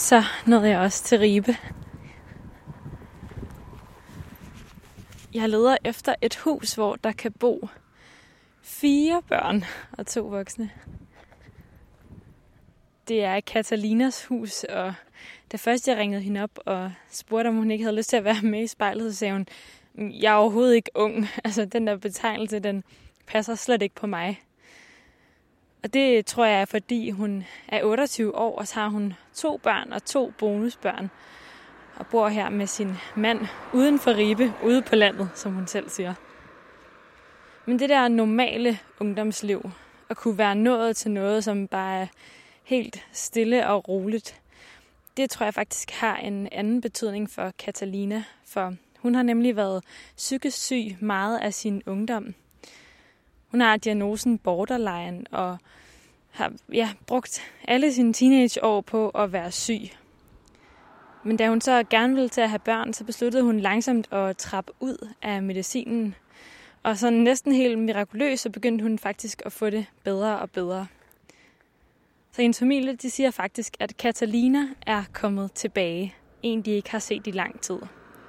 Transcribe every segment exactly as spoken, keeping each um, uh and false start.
Så nåede jeg også til Ribe. Jeg leder efter et hus, hvor der kan bo fire børn og to voksne. Det er Catalinas hus, og da først jeg ringede hende op og spurgte, om hun ikke havde lyst til at være med i spejlet, så sagde hun, jeg er overhovedet ikke ung. Altså, den der betegnelse, den passer slet ikke på mig. Og det tror jeg er, fordi hun er otteogtyve år, og så har hun to børn og to bonusbørn. Og bor her med sin mand uden for Ribe, ude på landet, som hun selv siger. Men det der normale ungdomsliv, at kunne være nået til noget, som bare er helt stille og roligt, det tror jeg faktisk har en anden betydning for Catalina, for hun har nemlig været psykisk syg meget af sin ungdom. Hun har diagnosen borderline og har ja, brugt alle sine teenageår på at være syg. Men da hun så gerne ville til at have børn, så besluttede hun langsomt at trappe ud af medicinen. Og så næsten helt mirakuløst, så begyndte hun faktisk at få det bedre og bedre. Så hendes familie, de siger faktisk, at Catalina er kommet tilbage. En, de ikke har set i lang tid.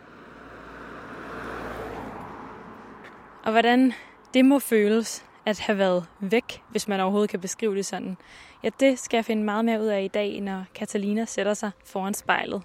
Og hvordan det må føles at have været væk, hvis man overhovedet kan beskrive det sådan. Ja, det skal jeg finde meget mere ud af i dag, når Catalina sætter sig foran spejlet.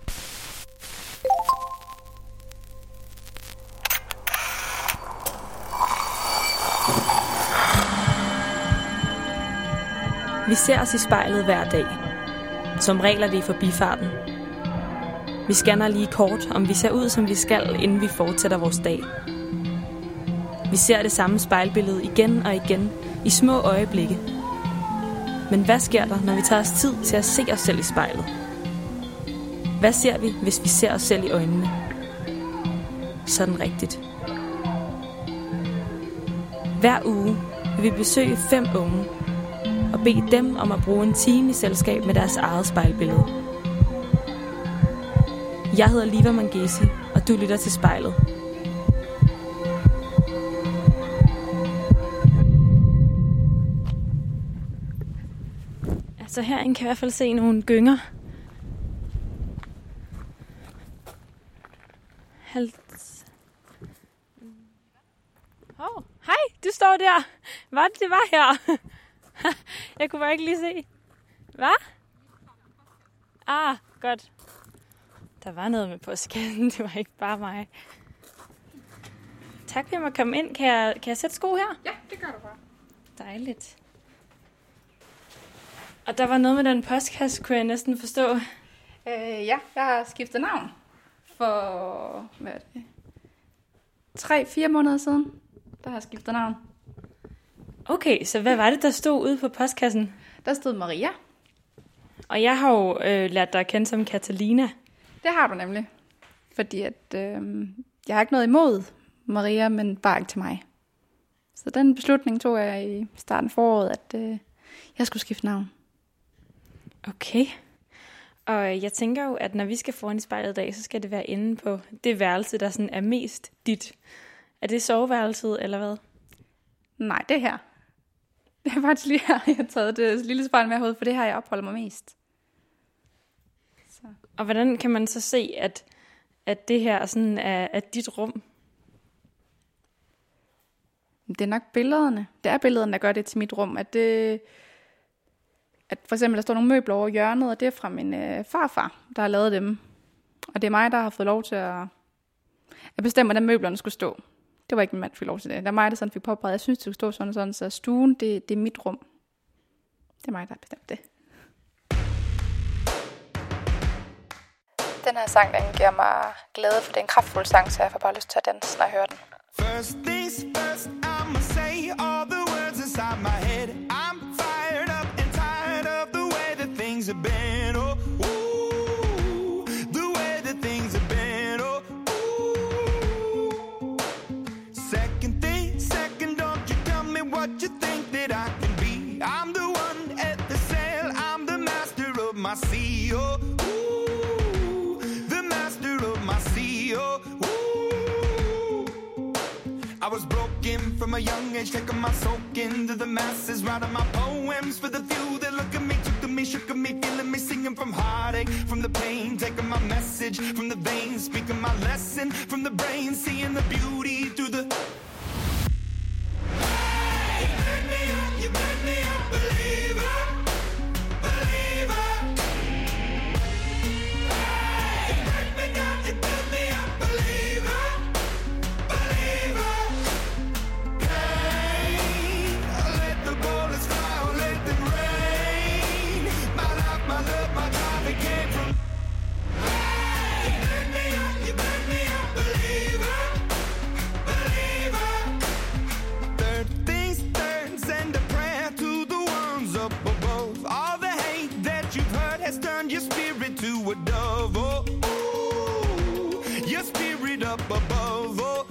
Vi ser os i spejlet hver dag. Som regel er det i forbifarten. Vi scanner lige kort, om vi ser ud, som vi skal, inden vi fortsætter vores dag. Vi ser det samme spejlbillede igen og igen, i små øjeblikke. Men hvad sker der, når vi tager os tid til at se os selv i spejlet? Hvad ser vi, hvis vi ser os selv i øjnene? Sådan rigtigt. Hver uge vil vi besøge fem unge og bede dem om at bruge en time i selskab med deres eget spejlbillede. Jeg hedder Liva Mangesi, og du lytter til Spejlet. Så herinde kan jeg i hvert fald se nogle gynger. Hals. Åh, oh, hej, du står der. Hvad det var her? Jeg kunne bare ikke lige se. Hvad? Ah, godt. Der var noget med postkassen, det var ikke bare mig. Tak for at jeg må komme ind. Kan jeg, kan jeg sætte sko her? Ja, det gør du bare. Dejligt. Og der var noget med den postkasse, kunne jeg næsten forstå. Øh, ja, jeg har skiftet navn for, hvad er det? tre-fire måneder siden, der har jeg skiftet navn. Okay, så hvad var det, der stod ude på postkassen? Der stod Maria. Og jeg har jo øh, lært dig at kende som Catalina. Det har du nemlig. Fordi at, øh, jeg har ikke noget imod Maria, men bare ikke til mig. Så den beslutning tog jeg i starten af foråret, at øh, jeg skulle skifte navn. Okay. Og jeg tænker jo, at når vi skal foran i spejlet i dag, så skal det være inde på det værelse, der sådan er mest dit. Er det soveværelset, eller hvad? Nej, det her. Det er faktisk lige her, jeg har taget det lille spejl med herude, for det her, jeg opholder mig mest. Så. Og hvordan kan man så se, at, at det her sådan er, er dit rum? Det er nok billederne. Det er billederne, der gør det til mit rum. At, det, at for eksempel, der står nogle møbler over hjørnet, og det er fra min øh, farfar, der har lavet dem. Og det er mig, der har fået lov til at, at bestemme, hvordan møblerne skulle stå. Det var ikke min mand, der fik lov til det. Det er mig, der sådan fik påpeget. Jeg synes, det skulle stå sådan og sådan. Så stuen, det, det er mit rum. Det er mig, der har bestemt det. Den her sang, den giver mig glæde, for det er en kraftfuld sang, så jeg får bare lyst til at danse, når jeg hører den. First things first, I'ma say all the words inside my head. I'm fired up and tired of the way that things have been. Oh, ooh, the way that things have been. Oh, ooh. Second thing, second, don't you tell me what you think that I can be. I'm the one at the sail, I'm the master of my sea. Oh, ooh, the master of my sea. Oh, ooh. I was broken from a young age, taking my soak into the masses, writing my poems for the few that look at me, took to me, shook at me, feeling me, singing from heartache, from the pain, taking my message from the veins, speaking my lesson from the brain, seeing the beauty through the... Hey, you made me up, you made me a believer, believer. Hey, you break me down, you build me up, believer, believer. Hey, let the bullets fly, or let them rain. My life, my love, my drive, it came from... Hey, you made me up, you made me a believer, believer. Third things third, send a prayer to the ones up above. All the hate that you've heard has turned your spirit to a dove. Oh, ooh, your spirit up above. Oh,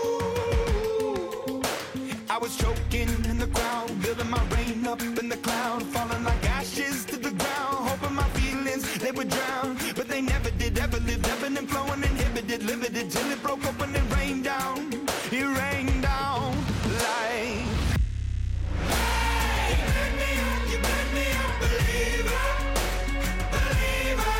ooh. I was choking in the crowd, building my rain up in the cloud, falling like ashes to the ground, hoping my feelings they would drown, but they never did. Ever lived, ebbing and flowing, inhibited, limited, till it broke up when it rained down. It rained down like... Hey, you made me up, you made me a believer, believer.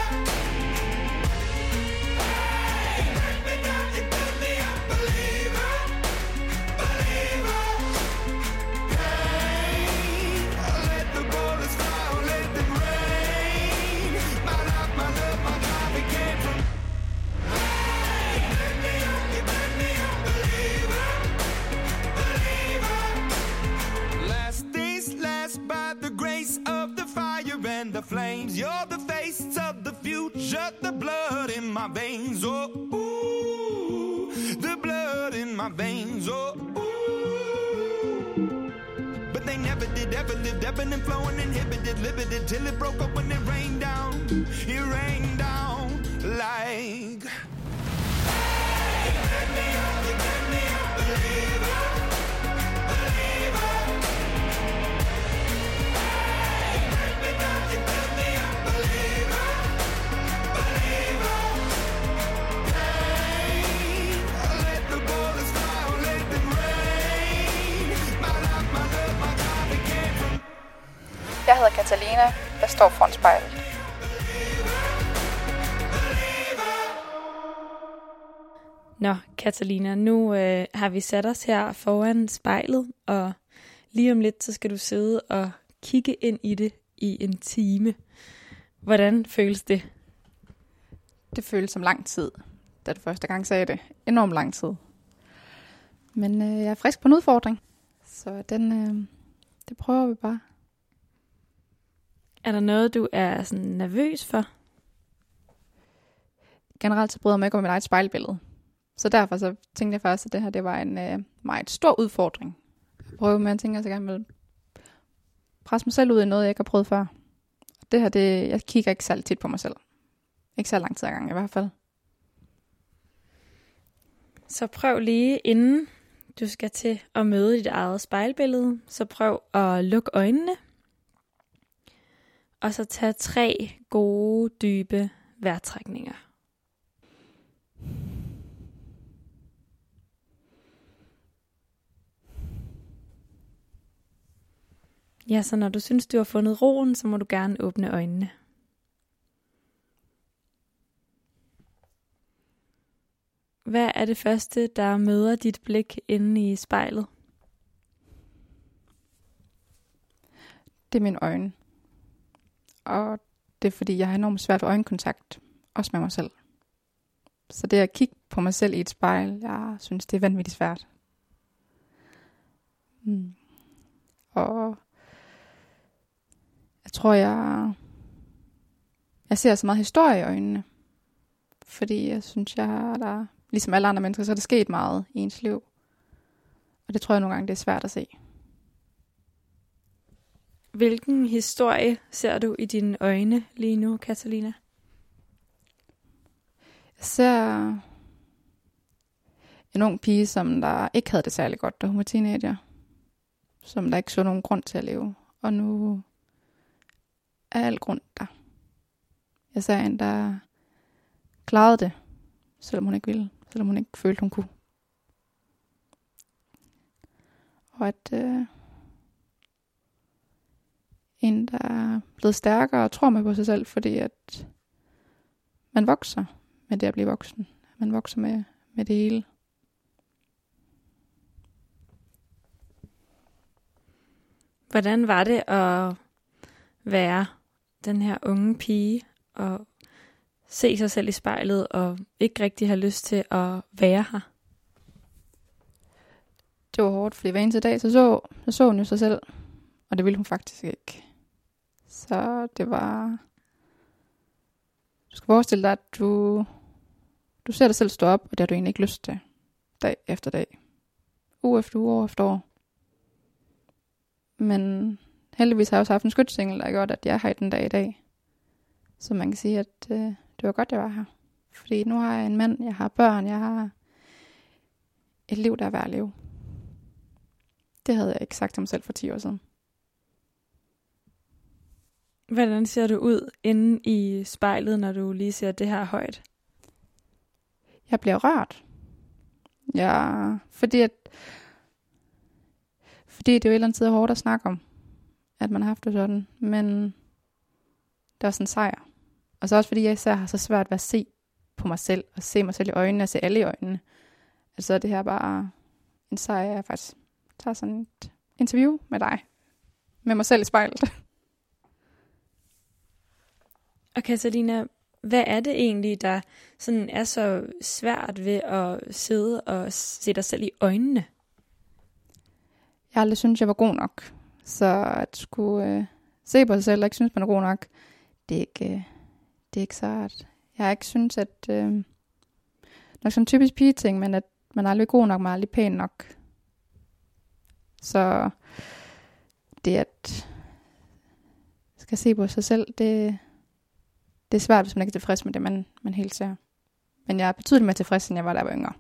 Hey, you break me down, you build me up, believer, believer. Hey, let the bullets fly, or let them rain. My life, my love, my drive, it came from... Hey, you made me up, you made me a believer, believer. Last things last, by the grace of the fire and the flames. You're the face of the future, the blood in my veins. Oh, ooh, the blood in my veins. Oh, ooh. But they never did, ever lived, ebbing and flowing, inhibited, limited, till it broke up when it rained down. It rained down like... Hey, you made me up, you made me a believer, believer. Hey, you break me down, you build me up, believer, believer. Hey, let the bullets fly, or let them rain. My life, my love, my drive, it came from... Jeg hedder Catalina. Jeg står foran spejlet. Nå, Catalina, nu øh, har vi sat os her foran spejlet, og lige om lidt, så skal du sidde og kigge ind i det i en time. Hvordan føles det? Det føles som lang tid, da du første gang sagde det. Enormt lang tid. Men øh, jeg er frisk på en udfordring. Så den, øh, det prøver vi bare. Er der noget, du er sådan nervøs for? Generelt så bryder jeg mig ikke om mit eget spejlbillede. Så derfor så tænkte jeg faktisk, at det her det var en øh, meget stor udfordring. Jeg prøver med at tænke, at jeg gerne vil presse mig selv ud i noget, jeg ikke har prøvet før. Det her, det, jeg kigger ikke særlig tit på mig selv. Ikke så lang tid ad gang i hvert fald. Så prøv lige, inden du skal til at møde dit eget spejlbillede, så prøv at lukke øjnene. Og så tag tre gode, dybe vejrtrækninger. Ja, så når du synes, du har fundet roen, så må du gerne åbne øjnene. Hvad er det første, der møder dit blik inde i spejlet? Det er mine øjne. Og det er fordi, jeg har enormt svært ved øjenkontakt. Også med mig selv. Så det at kigge på mig selv i et spejl, jeg synes, det er vanvittigt svært. Mm. Og jeg tror, jeg, jeg ser så meget historie i øjnene. Fordi jeg synes, jeg har der, ligesom alle andre mennesker, så er der sket meget i ens liv. Og det tror jeg nogle gange, det er svært at se. Hvilken historie ser du i dine øjne lige nu, Catalina? Jeg ser en ung pige, som der ikke havde det særlig godt, da hun var teenager. Som der ikke så nogen grund til at leve. Og nu er al grund der. Jeg ser en, der klarede det, selvom hun ikke ville. Selvom hun ikke følte, hun kunne. Og at øh, en, der er blevet stærkere og tror med på sig selv, fordi at man vokser med det at blive voksen. Man vokser med, med det hele. Hvordan var det at være den her unge pige og se sig selv i spejlet og ikke rigtig have lyst til at være her? Det var hårdt, fordi hver eneste dag, så så, så så hun jo sig selv, og det ville hun faktisk ikke. Så det var... Du skal forestille dig, at du, du ser dig selv stå op, og det har du egentlig ikke lyst til, dag efter dag. Uge efter uge, år efter år. Men heldigvis har jeg også haft en skytsengel, der har gjort, at jeg er her i den dag i dag. Så man kan sige, at øh, det var godt, jeg var her. Fordi nu har jeg en mand, jeg har børn, jeg har et liv, der er værd at leve. Det havde jeg ikke sagt til mig selv for ti år siden. Hvordan ser du ud inde i spejlet, når du lige ser det her højt? Jeg bliver rørt. Ja, fordi at fordi det er jo et eller andet tid hårdt at snakke om, at man har haft det sådan. Men det er også en sejr. Og så også fordi jeg især har så svært ved at se på mig selv, og se mig selv i øjnene, og se alle i øjnene. Altså er det her bare en sejr, jeg faktisk tager sådan et interview med dig. Med mig selv i spejlet. Og Katarina, hvad er det egentlig, der sådan er så svært ved at sidde og se dig selv i øjnene? Jeg aldrig syntes, jeg var god nok. Så at skulle øh, se på sig selv og ikke synes, man er god nok, det er ikke, øh, det er ikke svært. Jeg har ikke synes, at øh, nok sådan en typisk pige-ting, men at man er aldrig god nok, man er aldrig pæn nok. Så det at skal se på sig selv, det, det er svært, hvis man ikke er tilfreds med det, man, man helt ser. Men jeg er betydeligt mere tilfreds, end jeg var, da jeg var yngre.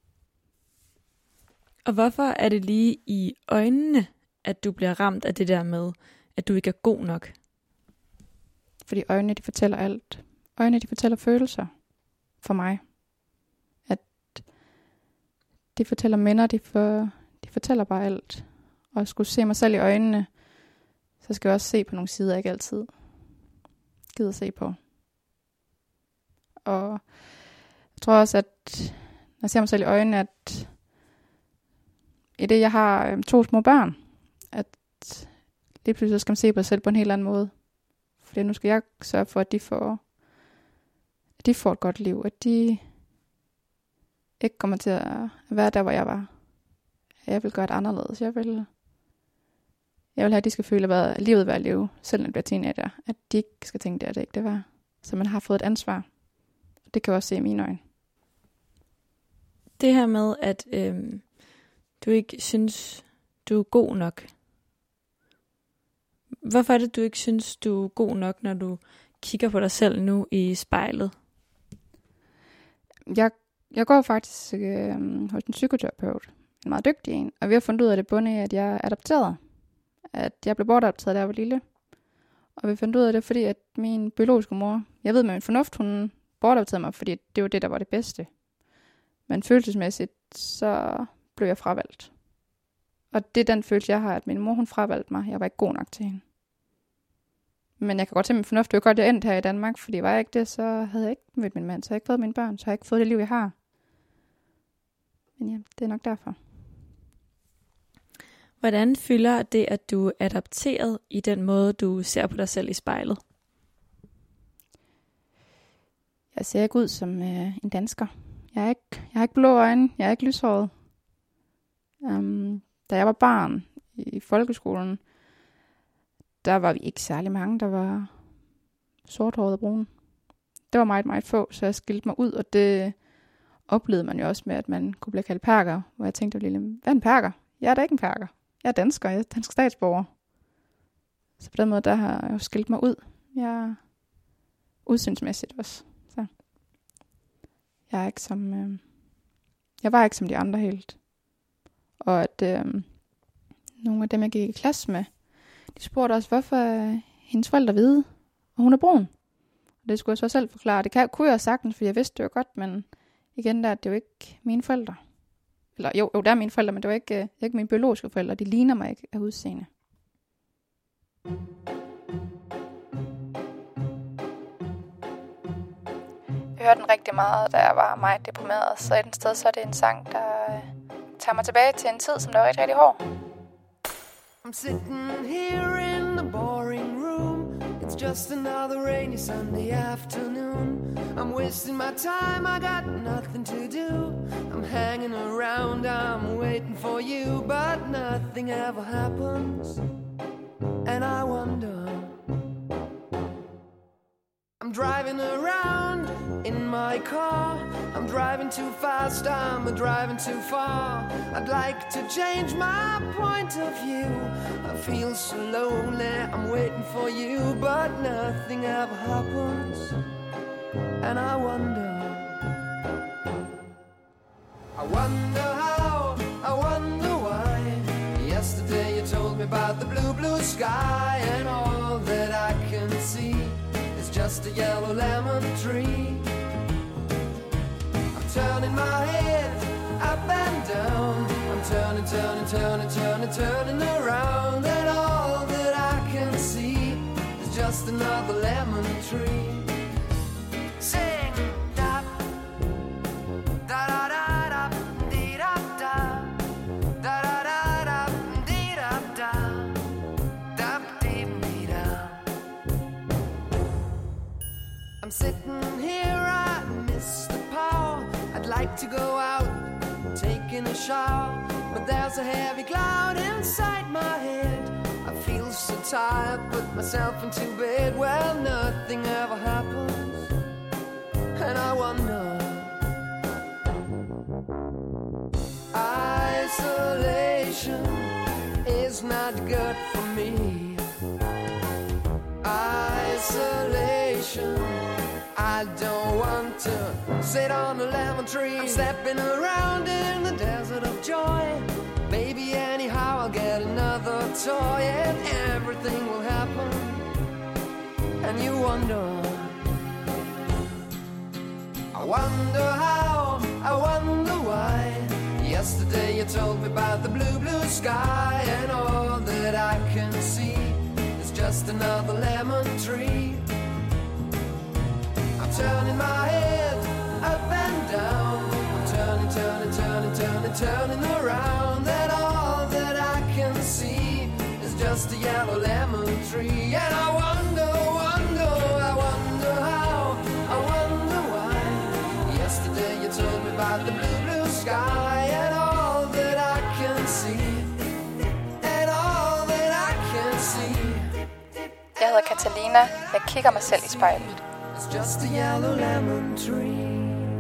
Og hvorfor er det lige i øjnene, at du bliver ramt af det der med, at du ikke er god nok? Fordi øjnene, de fortæller alt. Øjnene, de fortæller følelser for mig. At de fortæller minder, de, for, de fortæller bare alt. Og at skulle se mig selv i øjnene, så skal jeg også se på nogle sider, jeg ikke altid gider at se på. Og jeg tror også, at når jeg ser mig selv i øjnene, at i det, jeg har to små børn, at lige pludselig skal man se på sig selv på en helt anden måde. For nu skal jeg sørge for, at de får, at de får et godt liv. At de ikke kommer til at være der, hvor jeg var. Jeg vil gøre det anderledes. Jeg vil, jeg vil have, at de skal føle, at livet var at leve, selv når de bliver teenager. At de ikke skal tænke, det er det ikke, det var. Så man har fået et ansvar. Det kan jeg også se i mine øjne. Det her med, at øhm, du ikke synes, du er god nok. Hvorfor er det, du ikke synes, du er god nok, når du kigger på dig selv nu i spejlet? Jeg, jeg går faktisk øh, hos en psykoterapeut. En meget dygtig en. Og vi har fundet ud af det bunde af, at jeg er adopteret. At jeg blev bortadopteret, da jeg var lille. Og vi fandt ud af det, fordi at min biologiske mor, jeg ved med min fornuft, hun bortadopterede mig, fordi det var det, der var det bedste. Men følelsesmæssigt, så blev jeg fravalgt. Og det er den følelse, jeg har, at min mor, hun fravalgte mig. Jeg var ikke god nok til hende. Men jeg kan godt se min fornuft, det var godt, jeg endte her i Danmark, fordi var jeg ikke det, så havde jeg ikke mødt min mand, så havde jeg ikke fået mine børn, så havde jeg ikke fået det liv, jeg har. Men ja, det er nok derfor. Hvordan fylder det, at du er adopteret i den måde, du ser på dig selv i spejlet? Jeg ser ikke ud som øh, en dansker. Jeg, er ikke, jeg har ikke blå øjne, jeg er ikke lyshåret. Um, da jeg var barn i folkeskolen, der var vi ikke særlig mange, der var sorthåret og brune. Det var meget, meget få, så jeg skilte mig ud, og det oplevede man jo også med, at man kunne blive kaldt perker, hvor jeg tænkte, hvad er en perker? Jeg er da ikke en perker. Jeg er dansker, jeg er dansk statsborger. Så på den måde, der har jeg jo skilt mig ud. Jeg er udsynsmæssigt også. Så. Jeg er ikke som, øh, jeg var ikke som de andre helt. Og at øh, nogle af dem, jeg gik i klasse med, de spurgte også, hvorfor er hendes forældre hvide, og hun er brun. Og det skulle jeg så selv forklare. Det kan, kunne jeg sagtens, for jeg vidste det jo godt, men igen der, det er jo ikke mine forældre. Eller jo, jo, der er mine forældre, men det var ikke, øh, ikke mine biologiske forældre. De ligner mig ikke af udseende. Jeg hørte den rigtig meget, da jeg var meget deprimeret. Så et sted, så er det en sang, der øh, tager mig tilbage til en tid, som der var rigtig, rigtig hård. I'm sitting here in the boring room. It's just another rainy Sunday afternoon. I'm wasting my time, I got nothing to do. I'm hanging around, I'm waiting for you, but nothing ever happens. And I wonder, I'm driving around in my car. I'm driving too fast, I'm driving too far. I'd like to change my point of view. I feel so lonely, I'm waiting for you, but nothing ever happens. And I wonder, I wonder how, I wonder why. Yesterday you told me about the blue, blue sky, and all that I can see is just a yellow lemon tree. I'm turning my head up and down. I'm turning, turning, turning, turning, turning around, and all that I can see is just another lemon tree. Sing da da da da da dee da da da da da da dee da da da dee dee da. I'm sitting here, I miss the power. I'd like to go out, taking a shower, but there's a heavy cloud inside my head. I feel so tired, put myself into bed. Well, nothing ever happens, and I wonder, isolation is not good for me. Isolation, I don't want to sit on a lemon tree. I'm stepping around in the desert of joy. Maybe anyhow I'll get another toy, and everything will happen. And you wonder, I wonder how, I wonder why. Yesterday you told me about the blue, blue sky, and all that I can see is just another lemon tree. I'm turning my head up and down. I'm turning, turning, turning, turning, turning around, and all that I can see is just a yellow lemon tree. And I wonder, wonder, I wonder how, I wonder why. Yesterday you told me about the blue, blue sky, and all that I can see, and all that I can see. Jeg hedder Catalina. Jeg kigger mig selv i spejlet. It's just a yellow lemon tree.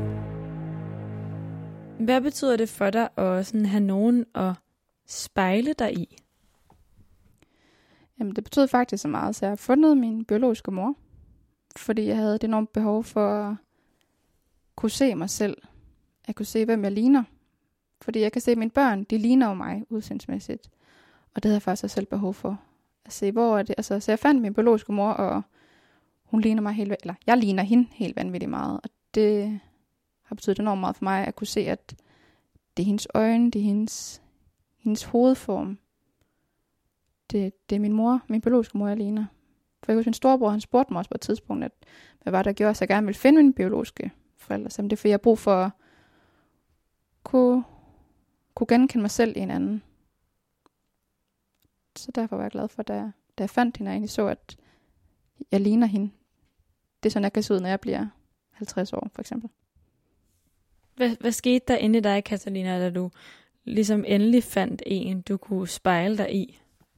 Hvad betyder det for dig at sådan have nogen at spejle dig i? Jamen, det betød faktisk så meget, så jeg har fundet min biologiske mor. Fordi jeg havde et enormt behov for at kunne se mig selv. At kunne se, hvem jeg ligner. Fordi jeg kan se, at mine børn, de ligner jo mig udseendsmæssigt. Og det havde jeg faktisk også selv behov for. At se, hvor er det. Altså, så jeg fandt min biologiske mor, og hun ligner mig helt, eller jeg ligner hende helt vanvittigt meget. Og det har betydet enormt meget for mig, at kunne se, at det er hendes øjne, det er hendes, hendes hovedform. Det, det er min mor, min biologiske mor, jeg ligner. For jeg husker, min storebror, han spurgte mig også på et tidspunkt, at hvad var der gjorde, så jeg gerne ville finde mine biologiske forældre. Så det er, fordi jeg har brug for at kunne, kunne genkende mig selv i en anden. Så derfor var jeg glad for, da jeg, da jeg fandt hende, og egentlig så, at jeg ligner hende. Det er sådan, jeg kan se ud, når jeg bliver halvtreds år, for eksempel. Hvad, hvad skete der inde i dig, Catalina, da du ligesom endelig fandt en, du kunne spejle dig i?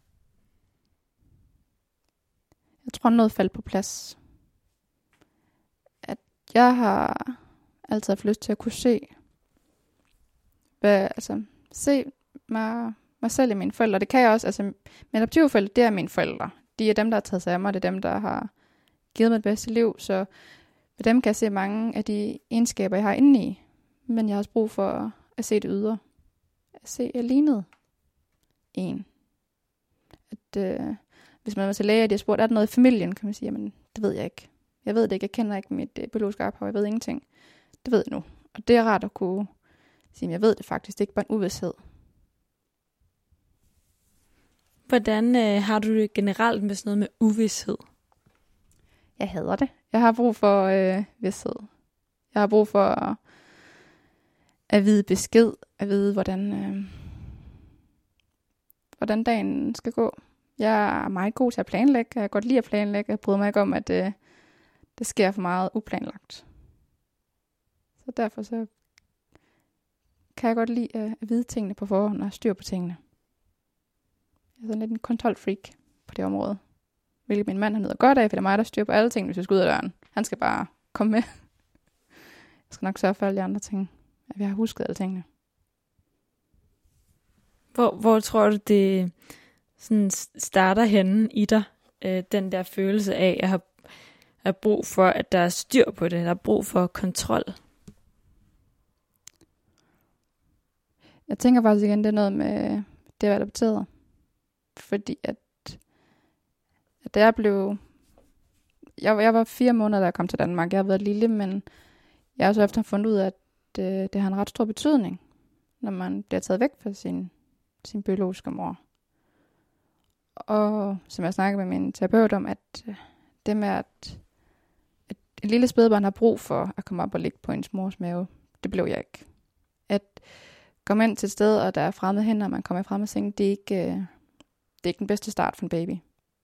Jeg tror, noget faldt på plads. At jeg har altid haft lyst til at kunne se, hvad, altså, se mig, mig selv i mine forældre. Det kan jeg også. Altså, mine adoptivforældre, det er mine forældre. De er dem, der har taget sig af mig. Det er dem, der har givet mig det bedste liv. Så ved dem kan jeg se mange af de egenskaber, jeg har inde i. Men jeg har også brug for at se det ydre. At se, at jeg lignede en. At øh, hvis man var til læge, og de har spurgt, er der noget i familien, kan man sige, jamen, det ved jeg ikke. Jeg ved det ikke. Jeg kender ikke mit øh, biologiske ophav. Jeg ved ingenting. Det ved jeg nu. Og det er rart at kunne sige, jeg ved det faktisk, det er ikke bare en uvidshed. Hvordan øh, har du det generelt med sådan noget med uvidshed? Jeg hader det. Jeg har brug for øh, vidshed. Jeg har brug for at, at vide besked, at vide, hvordan, øh, hvordan dagen skal gå. Jeg er meget god til at planlægge. Jeg kan godt lide at planlægge. Jeg bryder mig ikke om, at øh, det sker for meget uplanlagt. Så derfor så kan jeg godt lide øh, at vide tingene på forhånd og styr på tingene. Jeg er sådan lidt en kontrolfreak på det område. Hvilket min mand har nyder godt af, for det er mig, der styrer på alle tingene, hvis jeg skal ud af døren. Han skal bare komme med. Jeg skal nok sørge for alle de andre ting, at vi har husket alle tingene. Hvor, hvor tror du, det sådan starter henne i dig, øh, den der følelse af at have, have brug for, at der er styr på det, der er brug for kontrol? Jeg tænker faktisk igen, det er noget med det at være adopteret. Fordi at, at da jeg blev... Jeg, jeg var fire måneder, da jeg kom til Danmark. Jeg har været lille, men jeg har så efter fundet ud af, at det, det har en ret stor betydning, når man bliver taget væk fra sin, sin biologiske mor. Og som jeg snakkede med min terapeut om, at det med, at, at et lille spædbarn har brug for at komme op og ligge på ens mors mave, det blev jeg ikke. At komme ind til et sted, og der er fremmede hænder, og man kommer i fremmede seng, det er ikke, det er ikke den bedste start for en baby.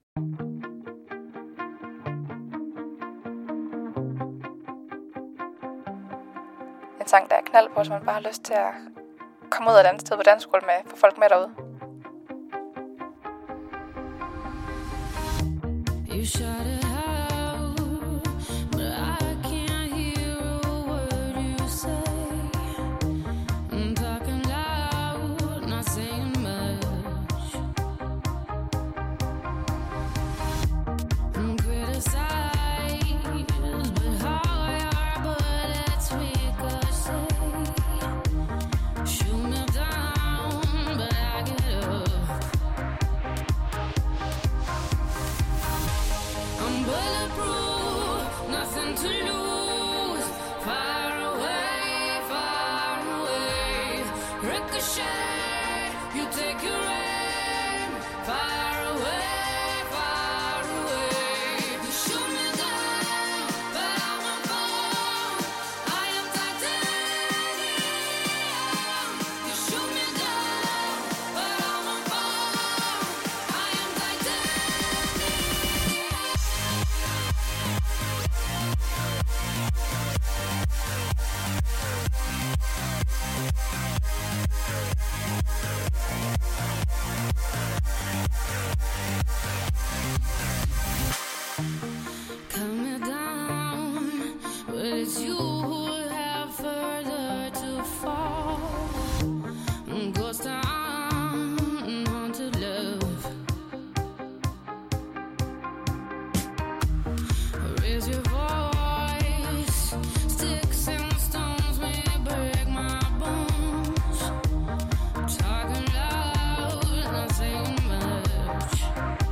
En sang, der er knald på, så man bare har lyst til at komme ud af et andet sted på danseskole med, få folk med derude. You shut it out, but I can't hear a word you say. I'm talking loud, not saying much. I'm criticized, but how your bullets ricochet. Shoot me down, but I get up. I'm bulletproof, nothing to lose. Far away, far away. Ricochet, you take your aim. Far away, far away. You shoot me down, but I won't fall. I am titanium. You shoot me down, but I won't fall. I am titanium. Calm me down, but it's you who have further to fall. Ghost town, haunted love. Raise your voice, sticks and stones may break my bones. Talking loud, not saying much.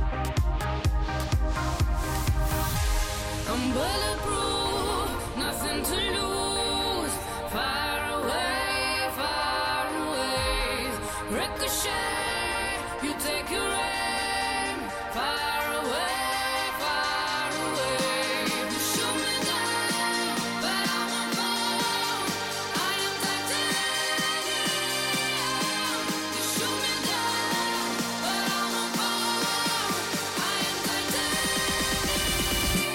I'm bulletproof, nothing to lose. Far away, far away. Ricochet, you take your aim. Far away, far away. You shoot me down, but I won't fall. I am titanium. You shoot me down, but I won't fall. I am titanium.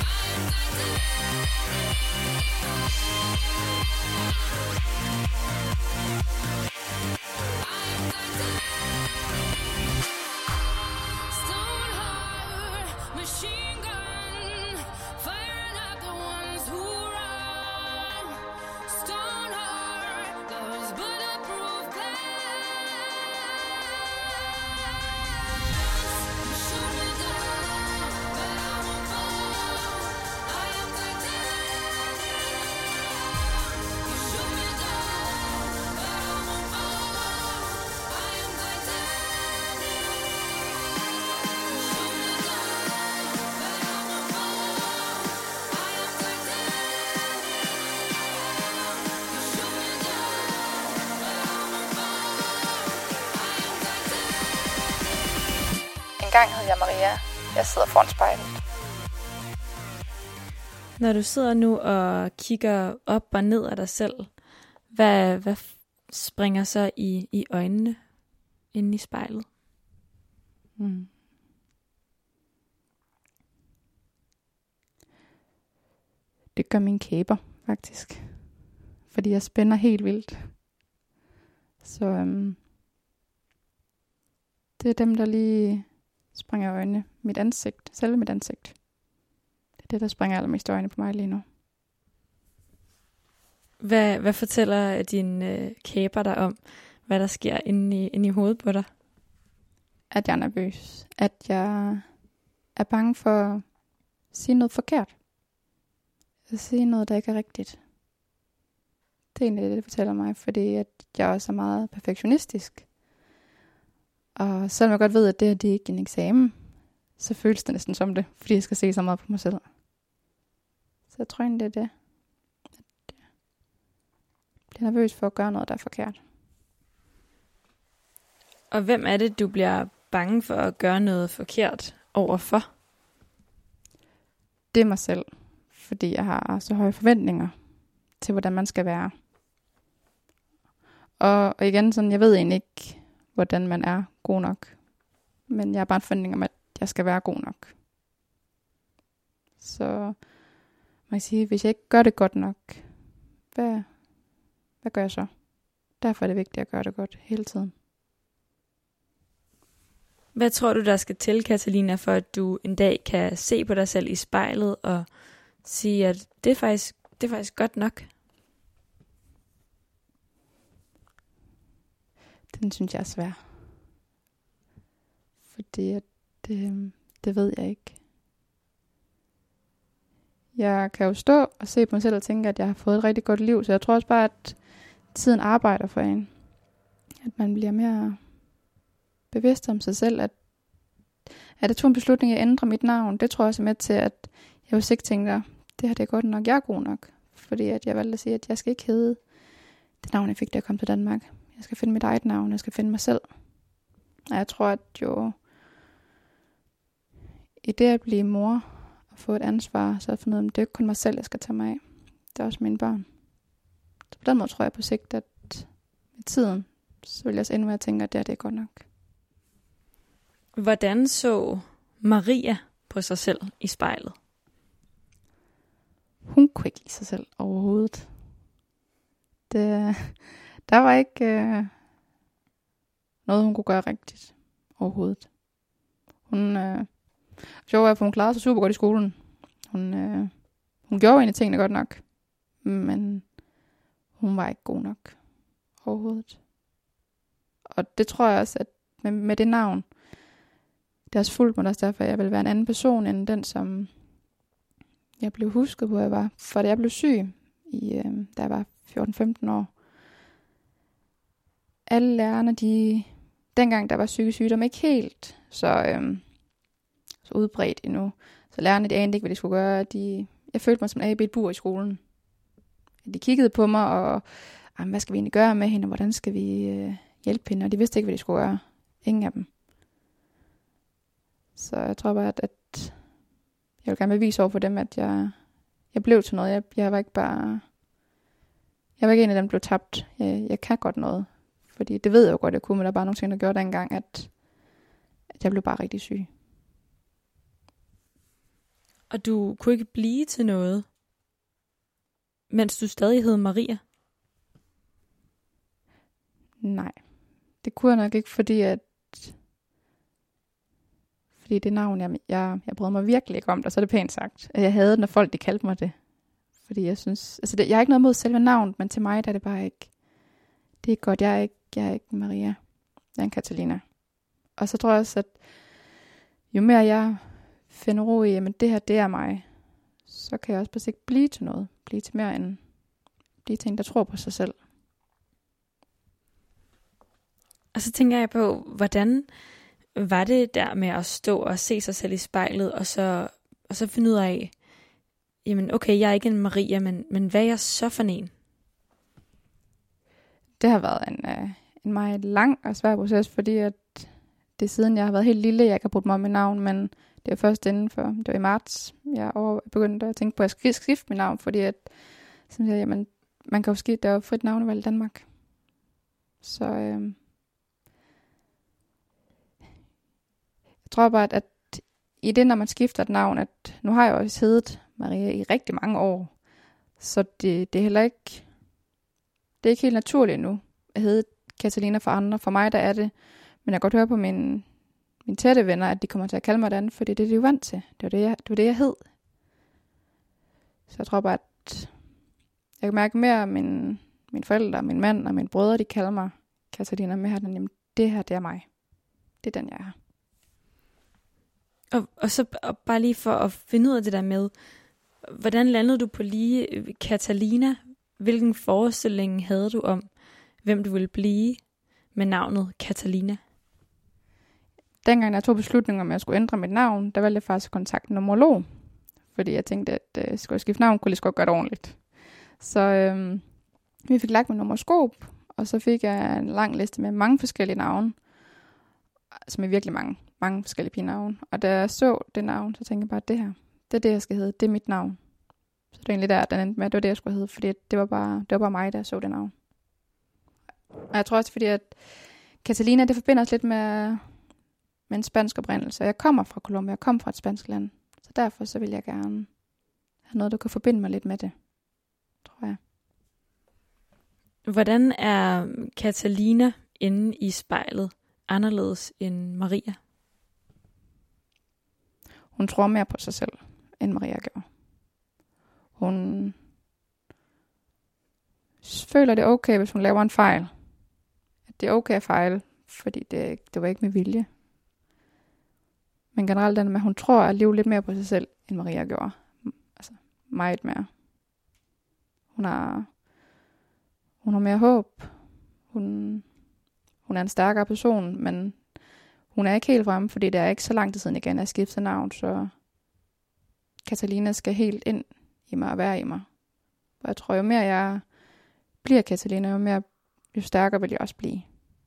I am titanium. engang hed jeg Maria. Jeg sidder foran spejlet. Når du sidder nu og kigger op og ned af dig selv, hvad, hvad springer så i, i øjnene inde i spejlet? Mm. Det gør mine kæber, faktisk. Fordi jeg spænder helt vildt. Så øhm, det er dem, der lige springer i øjnene. Mit ansigt, selve mit ansigt. Det er det, der springer allermest i øjnene på mig lige nu. Hvad, hvad fortæller dine øh, kæber dig om, hvad der sker inde i, inde i hovedet på dig? At jeg er nervøs. At jeg er bange for at sige noget forkert. At sige noget, der ikke er rigtigt. Det er egentlig det, det fortæller mig, fordi at jeg også er meget perfektionistisk. Og selvom jeg godt ved, at det her det er ikke en eksamen, så føles det næsten som det, fordi jeg skal se så meget på mig selv. Så jeg tror egentlig, det er det. At jeg bliver nervøs for at gøre noget, der er forkert. Og hvem er det, du bliver bange for at gøre noget forkert overfor? Det er mig selv, fordi jeg har så høje forventninger til, hvordan man skal være. Og, og igen, sådan, jeg ved egentlig ikke, hvordan man er god nok. Men jeg har bare en forventning om, at jeg skal være god nok. Så man kan sige, hvis jeg ikke gør det godt nok, hvad, hvad gør jeg så? Derfor er det vigtigt at gøre det godt hele tiden. Hvad tror du, der skal til, Katalina, for at du en dag kan se på dig selv i spejlet og sige, at det er faktisk, det er faktisk godt nok? Den synes jeg er svær. Fordi at det, det ved jeg ikke. Jeg kan jo stå og se på mig selv og tænke, at jeg har fået et rigtig godt liv. Så jeg tror også bare, at tiden arbejder for en. At man bliver mere bevidst om sig selv. At, at jeg tog en beslutning at ændre mit navn. Det tror jeg også er med til, at jeg jo ikke tænker, det her det er godt nok. Jeg er god nok. Fordi at jeg valgte at sige, at jeg skal ikke hedde det navn, jeg fik, da jeg kom til Danmark. Jeg skal finde mit eget navn. Jeg skal finde mig selv. Og jeg tror, at jo i det at blive mor og få et ansvar, så har jeg fundet ud af, at det er ikke kun mig selv, jeg skal tage mig af. Det er også mine børn. Så på den måde tror jeg på sigt, at med tiden, så vil jeg også endnu mere tænke, at det, her, det er godt nok. Hvordan så Maria på sig selv i spejlet? Hun kunne ikke lide sig selv overhovedet. Det, der var ikke øh, noget, hun kunne gøre rigtigt overhovedet. Hun, øh, sjovt er, for hun klarede sig super godt i skolen. Hun, øh, hun gjorde egentlig tingene godt nok, men hun var ikke god nok overhovedet. Og det tror jeg også, at med, med det navn, det er også fuldt mig også derfor, at jeg vil være en anden person, end den, som jeg blev husket på, jeg var. For da jeg blev syg, i, øh, da jeg var fjorten femten år, alle lærerne, de, dengang der var psykisk sygdom, ikke helt så, øh, så udbredt endnu. Så lærerne, de anede ikke, hvad de skulle gøre. De, jeg følte mig som en A B et-bur i skolen. De kiggede på mig, og hvad skal vi egentlig gøre med hende, og hvordan skal vi øh, hjælpe hende? Og de vidste ikke, hvad de skulle gøre. Ingen af dem. Så jeg tror bare, at, at jeg vil gerne bevise over for dem, at jeg, jeg blev til noget. Jeg, jeg var ikke bare... Jeg var ikke en af dem, der blev tabt. Jeg, jeg kan godt noget. Fordi det ved jeg jo godt, jeg kunne, men der er bare nogle ting, der gjorde dengang, at, at jeg blev bare rigtig syg. Og du kunne ikke blive til noget, mens du stadig hed Maria? Nej, det kunne jeg nok ikke, fordi at fordi det navn, jeg, jeg, jeg brød mig virkelig ikke om det, og så er det pænt sagt. Jeg havde det, når folk de kaldte mig det. Fordi jeg synes, altså det, jeg har ikke noget mod selve navnet, men til mig der er det bare ikke, det er ikke godt. Jeg er ikke, jeg er ikke Maria, jeg er en Katalina. Og så tror jeg også, at jo mere jeg finder ro i, jamen det her, det er mig, så kan jeg også på sigt blive til noget. Blive til mere end blive til en, der tror på sig selv. Og så tænker jeg på, hvordan var det der med at stå og se sig selv i spejlet, og så, og så finde ud af, jamen okay, jeg er ikke en Maria, men, men hvad er jeg så for en? Det har været en, uh, en meget lang og svær proces, fordi at det er siden jeg har været helt lille, jeg ikke har brugt mig om mit navn, men det er først inden for, det var i marts, jeg over, begyndte at tænke på, at jeg skal skifte mit navn, fordi at, som jeg, jamen, man kan jo skifte, der er jo frit navnevalg i Danmark. Så øh, jeg tror bare, at, at i det, når man skifter et navn, at nu har jeg også heddet Maria i rigtig mange år, så det, det er heller ikke, det er ikke helt naturligt endnu at hedde Catalina for andre. For mig, der er det, men jeg kan godt høre på mine, mine tætte venner, at de kommer til at kalde mig det andet, fordi det er det, de er vant til. Det var det, jeg, det var det, jeg hed. Så jeg tror bare, at jeg kan mærke mere, at mine, mine forældre, min mand og mine brødre, de kalder mig Catalina med her. Jamen, det her, det er mig. Det er den, jeg er. Og, og så og bare lige for at finde ud af det der med, hvordan landede du på lige Catalina? Hvilken forestilling havde du om, hvem du ville blive med navnet Catalina? Dengang jeg tog beslutningen om, at jeg skulle ændre mit navn, der valgte jeg faktisk at kontakte en numerolog. Fordi jeg tænkte, at øh, skulle jeg skifte navn, kunne jeg lige så godt gøre det ordentligt. Så øh, vi fik lagt mit numeroskop, og så fik jeg en lang liste med mange forskellige navne. Som er virkelig mange, mange forskellige pigenavne. Og da jeg så det navn, så tænkte jeg bare, at det her, det er det, jeg skal hedde. Det er mit navn. Så det er egentlig der, den endte med, at det var det, jeg skulle hedde. Fordi det var bare, det var bare mig, der så det navn. Og jeg tror også, fordi at Catalina, det forbinder os lidt med, med en spansk oprindelse. Jeg kommer fra Colombia, jeg kommer fra et spansk land. Så derfor så vil jeg gerne have noget, der kan forbinde mig lidt med det, tror jeg. Hvordan er Catalina inde i spejlet anderledes end Maria? Hun tror mere på sig selv, end Maria gør. Hun føler, det er okay, hvis hun laver en fejl. At det er okay at fejle, fordi det, det var ikke med vilje. Men generelt den med, at hun tror at leve lidt mere på sig selv, end Maria gjorde. Altså meget mere. Hun har, hun har mere håb. Hun, hun er en stærkere person, men hun er ikke helt fremme, fordi det er ikke så lang tid siden igen at skifte navn, så Catalina skal helt ind i mig og være i mig. Og jeg tror, jo mere jeg bliver Catalina, jo mere, jo stærkere vil jeg også blive.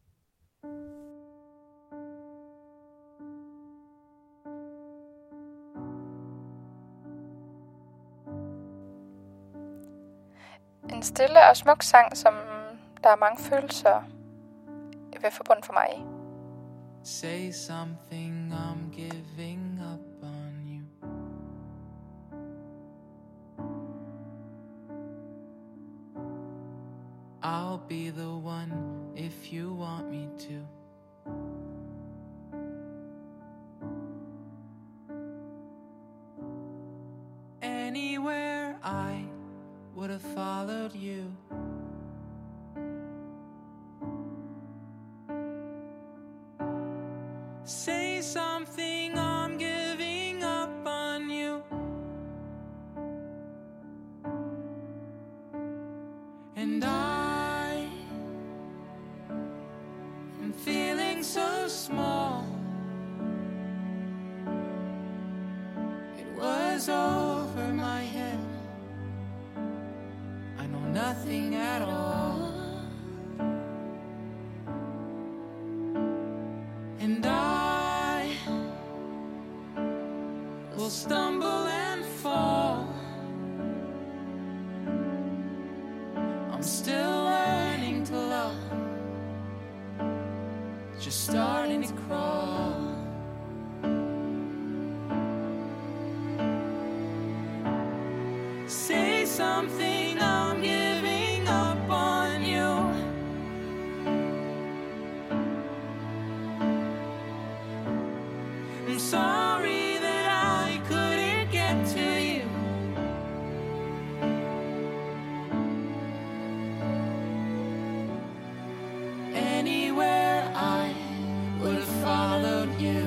En stille og smuk sang, som der er mange følelser ved forbundet for mig i. Say something, I'm giving up on you. I'll be the one if you want me to. Anywhere I would have followed you. Say something, I'm giving up on you. And I am feeling so small. It was over my head. I know nothing at all. And I will stumble and fall. I'm still learning to love, just starting to crawl. Say something, I'm giving up on you. I'm sorry that I couldn't get to you. Anywhere I would have followed you.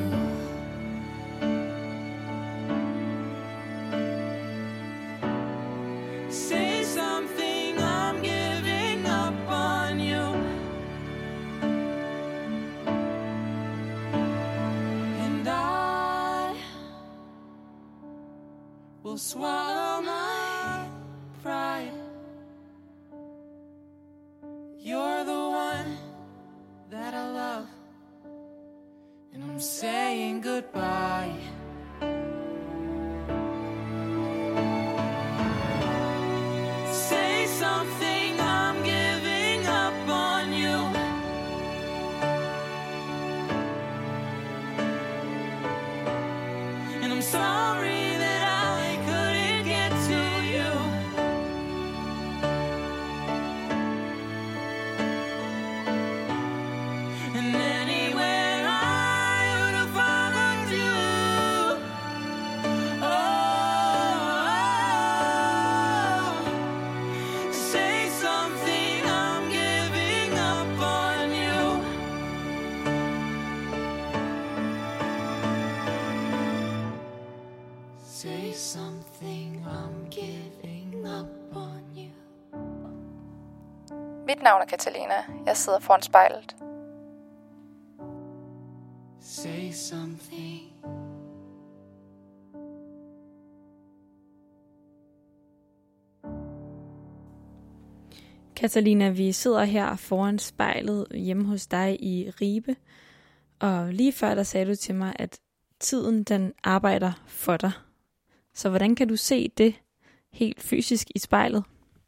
Say something, I'm giving up on you. And I will swallow my pride. You're the one that I love, and saying goodbye. Say something, I'm giving up on you. And I'm sorry that I couldn't get to you. And anywhere I would have followed you. Oh, say something, I'm giving up on you. Say something, I'm giving up on you. Mit navn er Katalina. Jeg sidder foran spejlet. Say something. Katalina, vi sidder her foran spejlet hjemme hos dig i Ribe. Og lige før der sagde du til mig, at tiden den arbejder for dig. Så hvordan kan du se det helt fysisk i spejlet?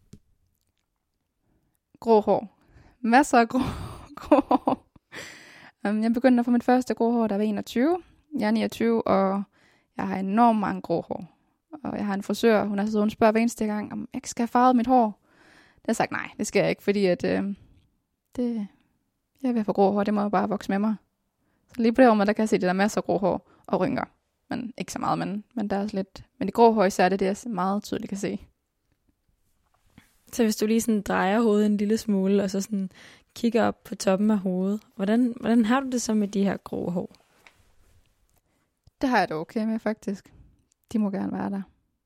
Grå hår. Masser af grå, grå hår. Um, jeg begyndte at få mit første grå hår, da jeg var enogtyve. Jeg er niogtyve, og jeg har enormt mange grå hår. Og jeg har en frisør, hun, altså, hun spørger hver eneste gang, om jeg skal have farvet mit hår. Det har jeg sagt, nej, det skal jeg ikke, fordi at, øh, det, jeg vil have for grå hår, det må jeg bare vokse med mig. Så lige på det område, der kan jeg se, at der er masser af grå hår og rynker. Men ikke så meget, men, men der er også lidt. Men det grå hår især er det, det jeg meget tydeligt kan se. Så hvis du lige sådan drejer hovedet en lille smule, og så sådan kigger op på toppen af hovedet, hvordan, hvordan har du det så med de her grå hår? Det har jeg det okay med, faktisk. De må gerne være der.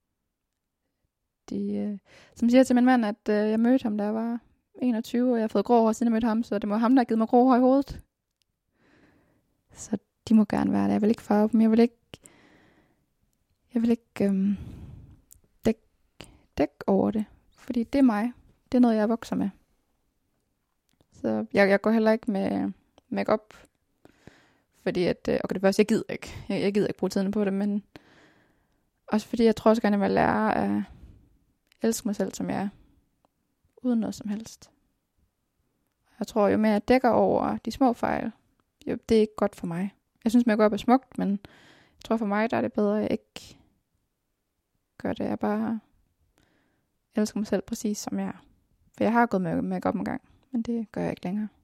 De, øh, som siger til min mand, at øh, jeg mødte ham, da jeg var enogtyve, og jeg har fået grå hår, siden jeg mødte ham, så det må ham, der har givet mig grå hår i hovedet. Så de må gerne være der. Jeg vil ikke farve dem. Jeg vil ikke, jeg vil ikke øhm, dække dæk over det. Fordi det er mig. Det er noget, jeg vokser med. Så jeg, jeg går heller ikke med make-up. Fordi at, øh, okay, det første, jeg gider ikke. Jeg, jeg gider ikke bruge tiden på det, men også fordi jeg tror også gerne, jeg vil lære at elske mig selv, som jeg er. Uden noget som helst. Jeg tror jo mere, at jeg dækker over de små fejl. Jo, det er ikke godt for mig. Jeg synes, make-up er smukt, men jeg tror for mig, der er det bedre, at jeg ikke gør det. Jeg bare elsker mig selv præcis, som jeg er. For jeg har gået med make-up en gang, men det gør jeg ikke længere.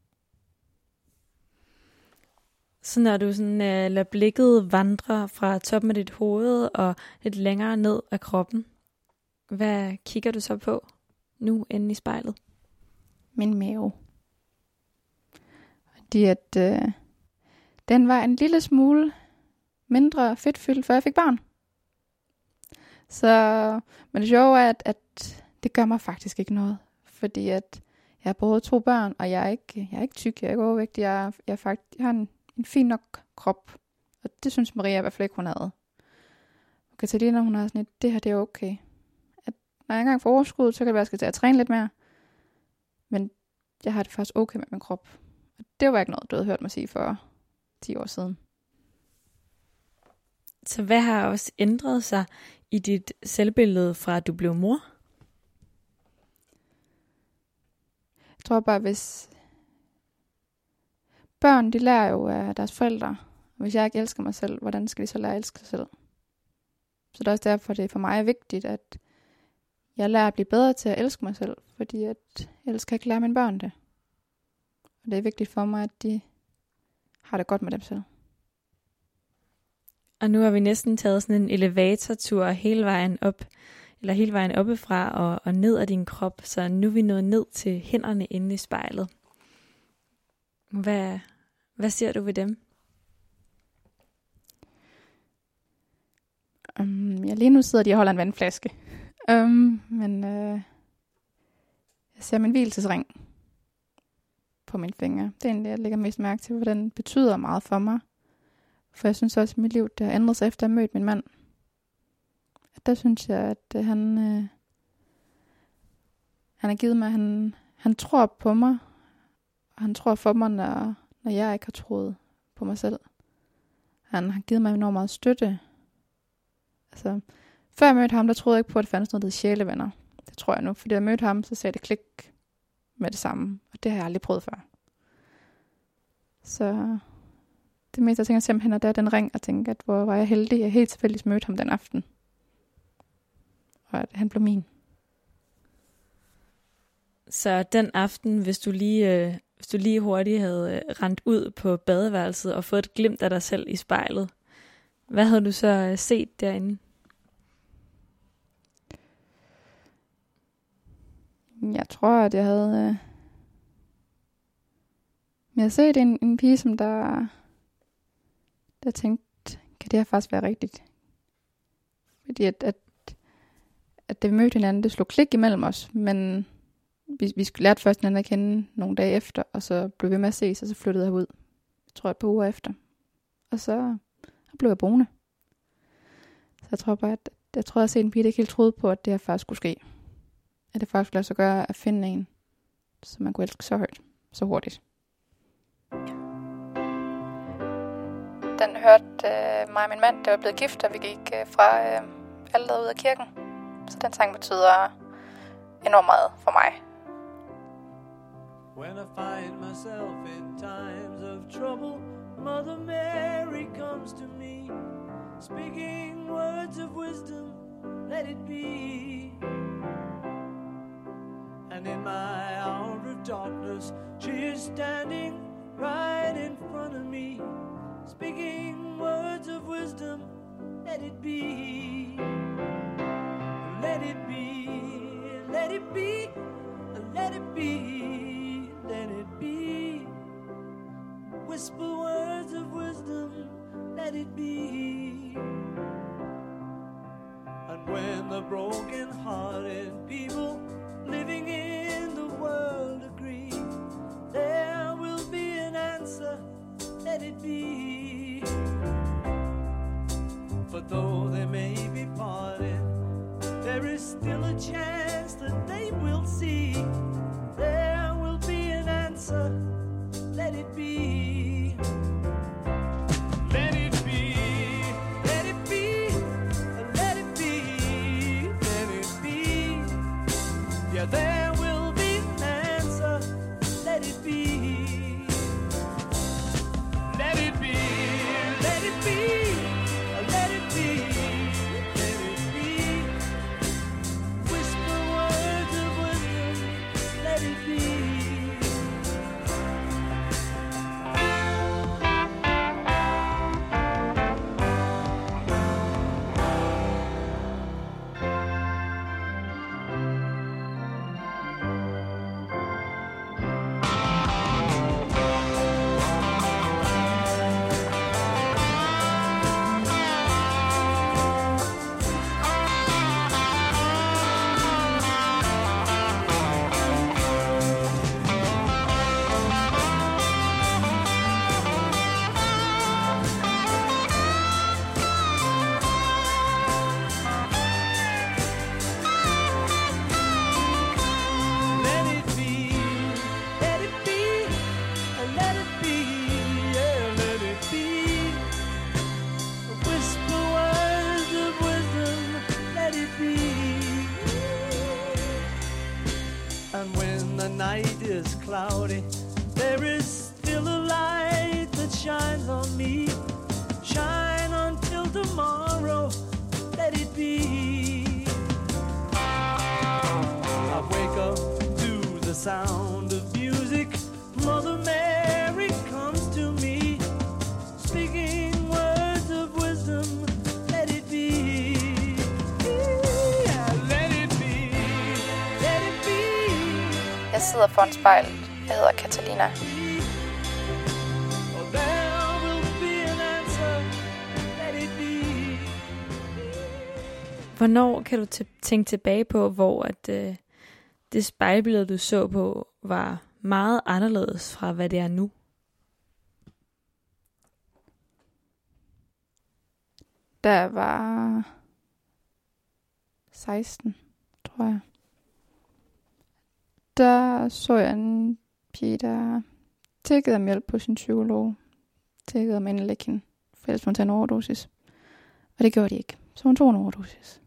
Så når du sådan, øh, lader blikket vandre fra toppen af dit hoved og lidt længere ned af kroppen, hvad kigger du så på nu inde i spejlet? Min mave. Fordi at øh, den var en lille smule mindre fedtfyldt, før jeg fik barn. Så, men det sjove er, at, at det gør mig faktisk ikke noget. Fordi at jeg har både to børn, og jeg er ikke, jeg er ikke tyk, jeg er ikke overvægtig. Jeg, jeg, er faktisk, jeg har en, en fin nok krop. Og det synes Maria i hvert fald ikke, hun havde. Og Katalina, hun har sådan et, det her det er okay. At når jeg engang får overskud, så kan det være, at jeg skal til at træne lidt mere. Men jeg har det faktisk okay med min krop. Og det var ikke noget, du havde hørt mig sige for ti år siden. Så hvad har også ændret sig i dit selvbillede fra at du blev mor? Jeg tror bare, hvis børn, de lærer jo af deres forældre. Og hvis jeg ikke elsker mig selv, hvordan skal de så lære at elske sig selv? Så det er også derfor, det for mig er vigtigt, at jeg lærer at blive bedre til at elske mig selv. Fordi at ellers kan jeg ikke lære mine børn det. Og det er vigtigt for mig, at de har det godt med dem selv. Og nu har vi næsten taget sådan en elevatortur hele vejen op, eller hele vejen oppefra og, og ned af din krop. Så nu er vi nået ned til hænderne inde i spejlet. Hvad, hvad ser du ved dem? Um, ja, lige nu sidder de og holder en vandflaske. Um, men uh, jeg ser min hvilesesring på mine fingre. Det er egentlig, jeg lægger mest mærke til, hvordan den betyder meget for mig. For jeg synes også, at mit liv det har ændret sig efter at have mødt min mand. At der synes jeg, at uh, han, uh, han har givet mig, han, han tror på mig. Og han tror for mig, når, når jeg ikke har troet på mig selv. Han har givet mig enormt meget støtte. Altså, før jeg mødte ham, der troede jeg ikke på, at det fandtes noget, der hed sjælevenner. Det tror jeg nu. Fordi jeg mødte ham, så sagde det klik med det samme. Og det har jeg aldrig prøvet før. Så det meste, jeg tænker simpelthen, at det er den ring, og tænker, at hvor var jeg heldig, at jeg helt tilfældigt mødte ham den aften. Og at han blev min. Så den aften, hvis du lige, øh, hvis du lige hurtigt havde øh, rendt ud på badeværelset og fået et glimt af dig selv i spejlet, hvad havde du så øh, set derinde? Jeg tror, at jeg havde... Øh... Jeg havde set en, en pige, som der... Der tænkte, kan det her faktisk være rigtigt? Fordi at, at, at da vi mødte hinanden, det slog klik imellem os, men vi, vi lærte først hinanden at kende nogle dage efter, og så blev vi med at ses, og så flyttede jeg ud. Jeg tror et par uger efter. Og så, så blev jeg boende. Så jeg tror bare, at jeg tror, at jeg har set en pige, der ikke helt troede på, at det her faktisk skulle ske. At det faktisk skulle lade sig gøre at finde en, som man kunne elske så højt, så hurtigt. Den hørte øh, mig og min mand, der var blevet gift, og vi gik øh, fra øh, alderet ud af kirken. Så den sang betyder enormt meget for mig. When I find myself in times of trouble, Mother Mary comes to me, speaking words of wisdom, let it be. And in my hour of darkness, she is standing right in front of me, speaking words of wisdom, let it be. Let it be, let it be, let it be, let it be. Whisper words of wisdom, let it be. And when the broken-hearted people living in the world agree, there will be an answer, let it be. For though they may be parted, there is still a chance that they will see. There will be an answer, let it be. Let it be, let it be, let it be, let it be. Yeah, there will be an answer, let it be. Let it be, let it be, let it be, let it be. Whisper words of wisdom, let it be. And when the night is cloudy, there is still a light that shines on me. Shine until tomorrow, let it be. I wake up to the sound of music. Mother Mary comes to me, speaking words of wisdom, let it be. Yeah, let it be, let it be. Jeg sidder foran spejlet. Jeg hedder Catalina. Hvornår kan du t- tænke tilbage på, hvor at, øh, det spejlbillede, du så på, var meget anderledes fra, hvad det er nu? Da jeg var seksten, tror jeg. Der så jeg en pige, der tækkede om hjælp på sin psykolog. Tækkede om indlæg hende. for ellers ville hun tage en overdosis. Og det gjorde de ikke. Så hun tog en overdosis.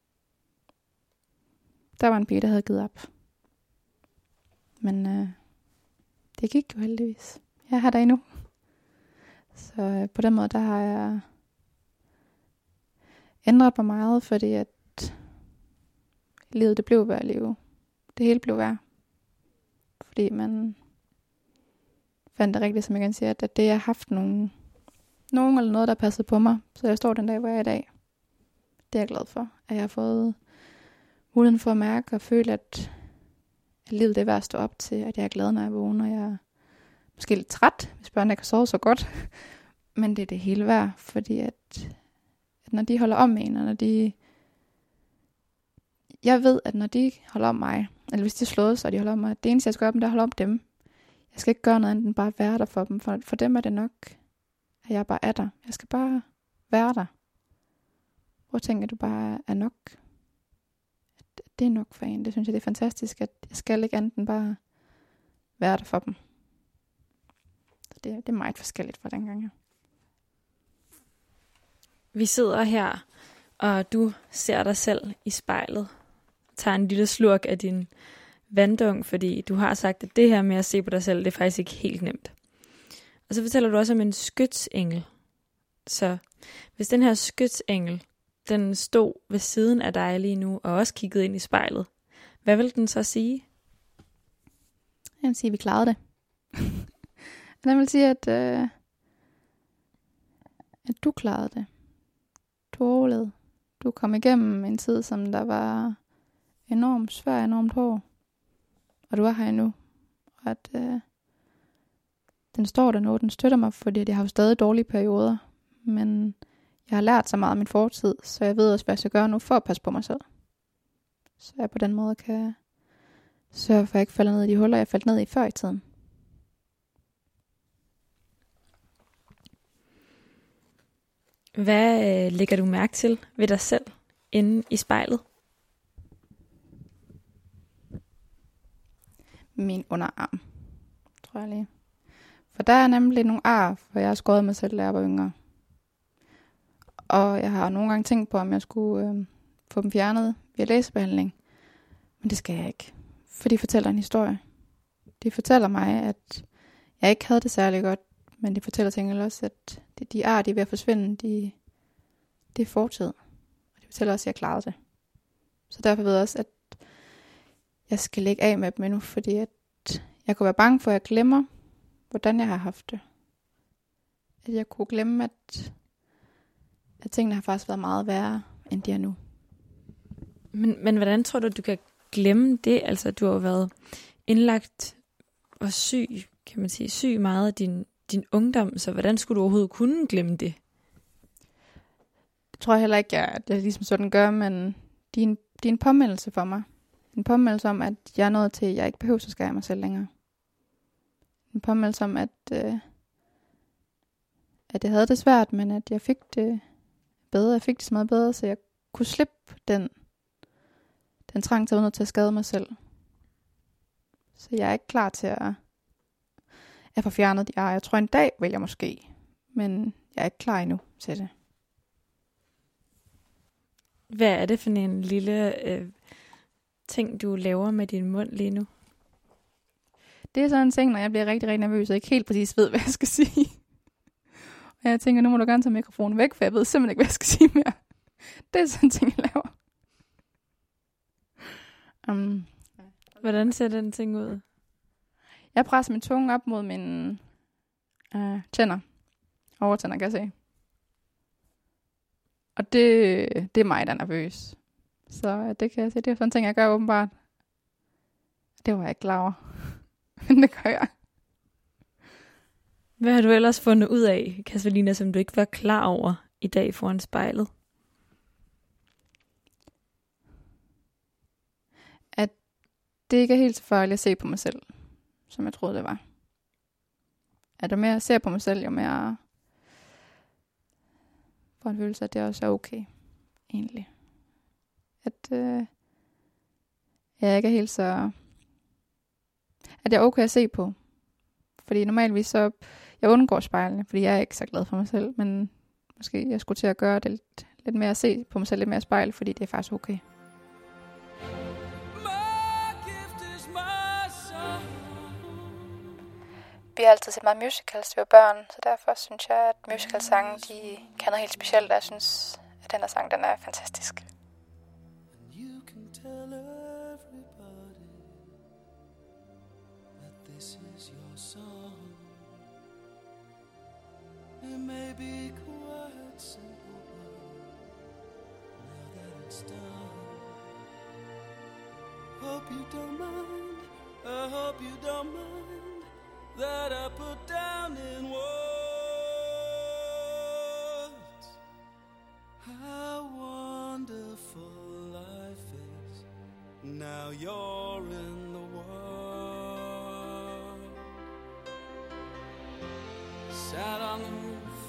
Der var en pige, der havde givet op. Men øh, det gik jo heldigvis. Jeg har der endnu. Så øh, på den måde, der har jeg ændret mig meget, fordi at livet, det blev værd at leve. Det hele blev værd. Fordi man fandt det rigtigt, som jeg kan sige, at det, jeg har haft nogen, nogen eller noget, der passede på mig, så jeg står den dag, hvor jeg er i dag. Det er jeg glad for, at jeg har fået muligheden for at mærke og føle, at, at livet det er værd at stå op til, at jeg er glad, når jeg vågner. Jeg er måske lidt træt, hvis børnene ikke har sovet så godt, men det er det hele værd, fordi at, at når de holder om med en, og når de... Jeg ved, at når de holder om mig, eller hvis de slår så og de holder om mig, det eneste, jeg skal gøre dem, det er at holde om dem. Jeg skal ikke gøre noget andet end bare være der for dem. For, for dem er det nok, at jeg bare er der. Jeg skal bare være der. Hvor tænker du bare er nok? At det er nok for en. Det synes jeg, det er fantastisk, at jeg skal ikke andet end bare være der for dem. Så det, det er meget forskelligt fra dengang her. Vi sidder her, og du ser dig selv i spejlet. Tager en lille slurk af din vanddunk, fordi du har sagt, at det her med at se på dig selv, det er faktisk ikke helt nemt. Og så fortæller du også om en skytsengel. Så hvis den her skytsengel, den stod ved siden af dig lige nu, og også kiggede ind i spejlet, hvad vil den så sige? Jeg vil sige, at vi klarede det. Den vil sige, at, øh, at du klarede det. Du overlevede. Du kom igennem en tid, som der var enormt svær, enormt hård. Og du er her endnu. Og at øh, den står der nu, den støtter mig, fordi jeg har jo stadig dårlige perioder. Men jeg har lært så meget af min fortid, så jeg ved også, hvad jeg skal gøre nu for at passe på mig selv. Så jeg på den måde kan sørge for, at jeg ikke falder ned i de huller, jeg faldt ned i før i tiden. Hvad øh, lægger du mærke til ved dig selv inde i spejlet? Min underarm, tror jeg lige. For der er nemlig nogle ar, hvor jeg har skåret mig selv, da jeg var yngre. Og jeg har nogle gange tænkt på, om jeg skulle øh, få dem fjernet via læsebehandling. Men det skal jeg ikke. For de fortæller en historie. De fortæller mig, at jeg ikke havde det særlig godt. Men de fortæller til gengæld også, at det, de ar, de er ved at forsvinde, de, det er fortid. Og de fortæller også, at jeg klarede det. Så derfor ved jeg også, at jeg skal lægge af med dem endnu, fordi at jeg kunne være bange for, at jeg glemmer, hvordan jeg har haft det. At jeg kunne glemme, at, at tingene har faktisk været meget værre, end de er nu. Men, men hvordan tror du, du kan glemme det? Altså, du har jo været indlagt og syg, kan man sige, syg meget af din, din ungdom, så hvordan skulle du overhovedet kunne glemme det? Det tror jeg heller ikke, jeg, det er ligesom sådan gør, men det er en, det er en påmeldelse for mig. En påmeldelse om, at jeg er nået til, at jeg ikke behøver at skære mig selv længere. En påmeldelse om, at, øh, at jeg havde det svært, men at jeg fik det bedre. Jeg fik det så meget bedre, så jeg kunne slippe den, den trang til at være nødt til at skade mig selv. Så jeg er ikke klar til at, at få fjernet de ar. Jeg tror en dag vil jeg måske, men jeg er ikke klar endnu til det. Hvad er det for en lille øh, ting, du laver med din mund lige nu? Det er sådan en ting, når jeg bliver rigtig, rigtig nervøs, og ikke helt præcis ved, hvad jeg skal sige. Og jeg tænker, nu må du gerne tage mikrofonen væk, for jeg ved simpelthen ikke, hvad jeg skal sige mere. Det er sådan en ting, jeg laver. Um, Hvordan ser den ting ud? jeg presser min tunge op mod mine uh, tænder. Overtænder, kan jeg se. Og det, det er mig, der er nervøs. Så det kan jeg se. Det er sådan en ting, jeg gør åbenbart. Det var jeg ikke klar over. Men det gør jeg. Hvad har du ellers fundet ud af, Kasperlina, som du ikke var klar over i dag foran spejlet? At det ikke er helt så farligt at se på mig selv, som jeg troede, det var. At jo mere jeg ser på mig selv, jo mere får en følelse af, at det også er okay, egentlig. At øh, jeg ikke er helt så... At jeg er okay at se på. Fordi normalvis så... Jeg undgår spejlene, fordi jeg er ikke så glad for mig selv. Men måske jeg skulle til at gøre det lidt, lidt mere, at se på mig selv lidt mere i spejl, fordi det er faktisk okay. Vi har altid set meget musicals, det var børn, så derfor synes jeg, at musicalsange, de kan noget helt specielt, og jeg synes, at den her sang, den er fantastisk. You can tell everybody that this is your song. It may be quite simple, but now that it's done, hope you don't mind, I hope you don't mind that I put down in words how wonderful life is. Now you're in the world. Sat on the roof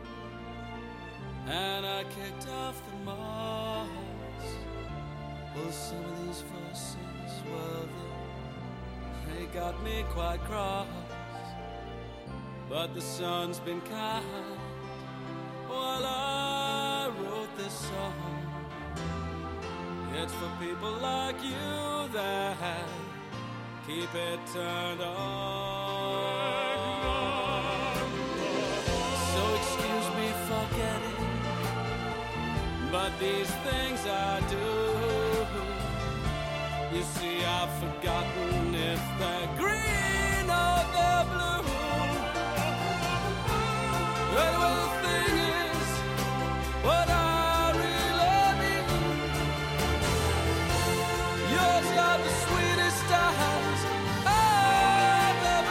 and I kicked off the moss. Well, some of these verses, well, they, they got me quite cross. But the sun's been kind while I wrote this song. It's for people like you that keep it turned on. So excuse me for getting, but these things I do, you see I've forgotten if they're green or they're blue. But well, the thing is, what I really need, yours are the sweetest eyes I've ever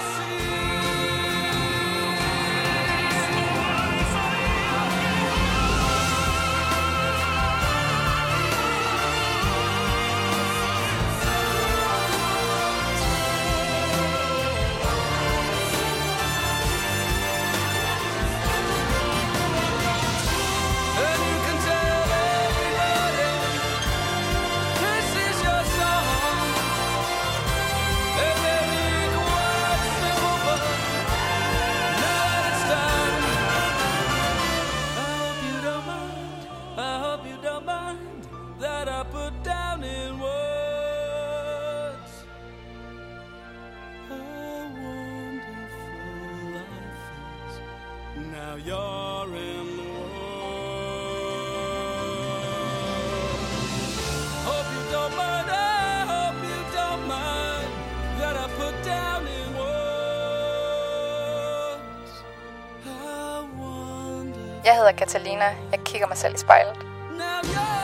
you're in the world. Hope you don't mind, I hope you don't mind that I put down in words how wonderful. Jeg hedder Catalina. Jeg kigger mig selv i spejlet. Now you're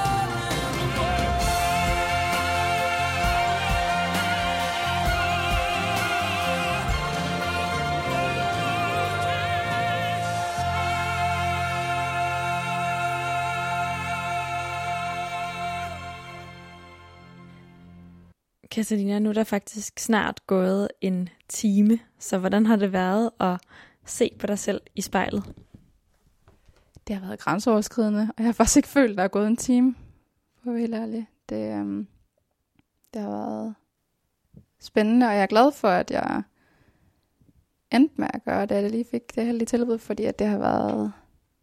Catalina, nu er der faktisk snart gået en time, så hvordan har det været at se på dig selv i spejlet? Det har været grænseoverskridende, og jeg har faktisk ikke følt, at der er gået en time, for at være helt ærlig. Det, um, det har været spændende, og jeg er glad for, at jeg endte med at gøre det, at jeg lige fik det heldige tilbud, fordi at det har været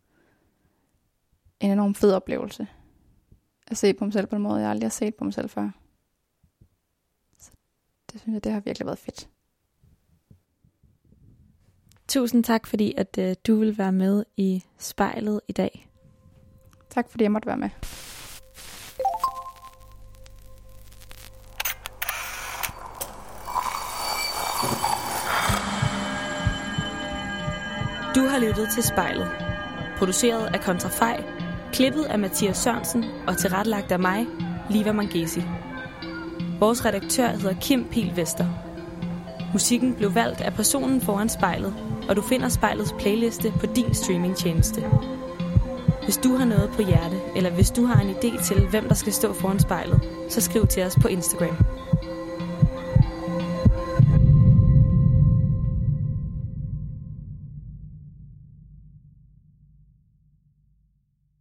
en enorm fed oplevelse at se på mig selv på en måde, jeg aldrig har set på mig selv før. Så det synes jeg, det har virkelig været fedt. Tusind tak, fordi at øh, du vil være med i spejlet i dag. Tak fordi jeg måtte være med. Du har lyttet til Spejlet. Produceret af Kontrafej, klippet af Mathias Sørensen og tilrettelagt af mig, Liva Mangesi. Vores redaktør hedder Kim Pihl Vester. Musikken blev valgt af personen foran spejlet, og du finder spejlets playliste på din streamingtjeneste. Hvis du har noget på hjerte, eller hvis du har en idé til, hvem der skal stå foran spejlet, så skriv til os på Instagram.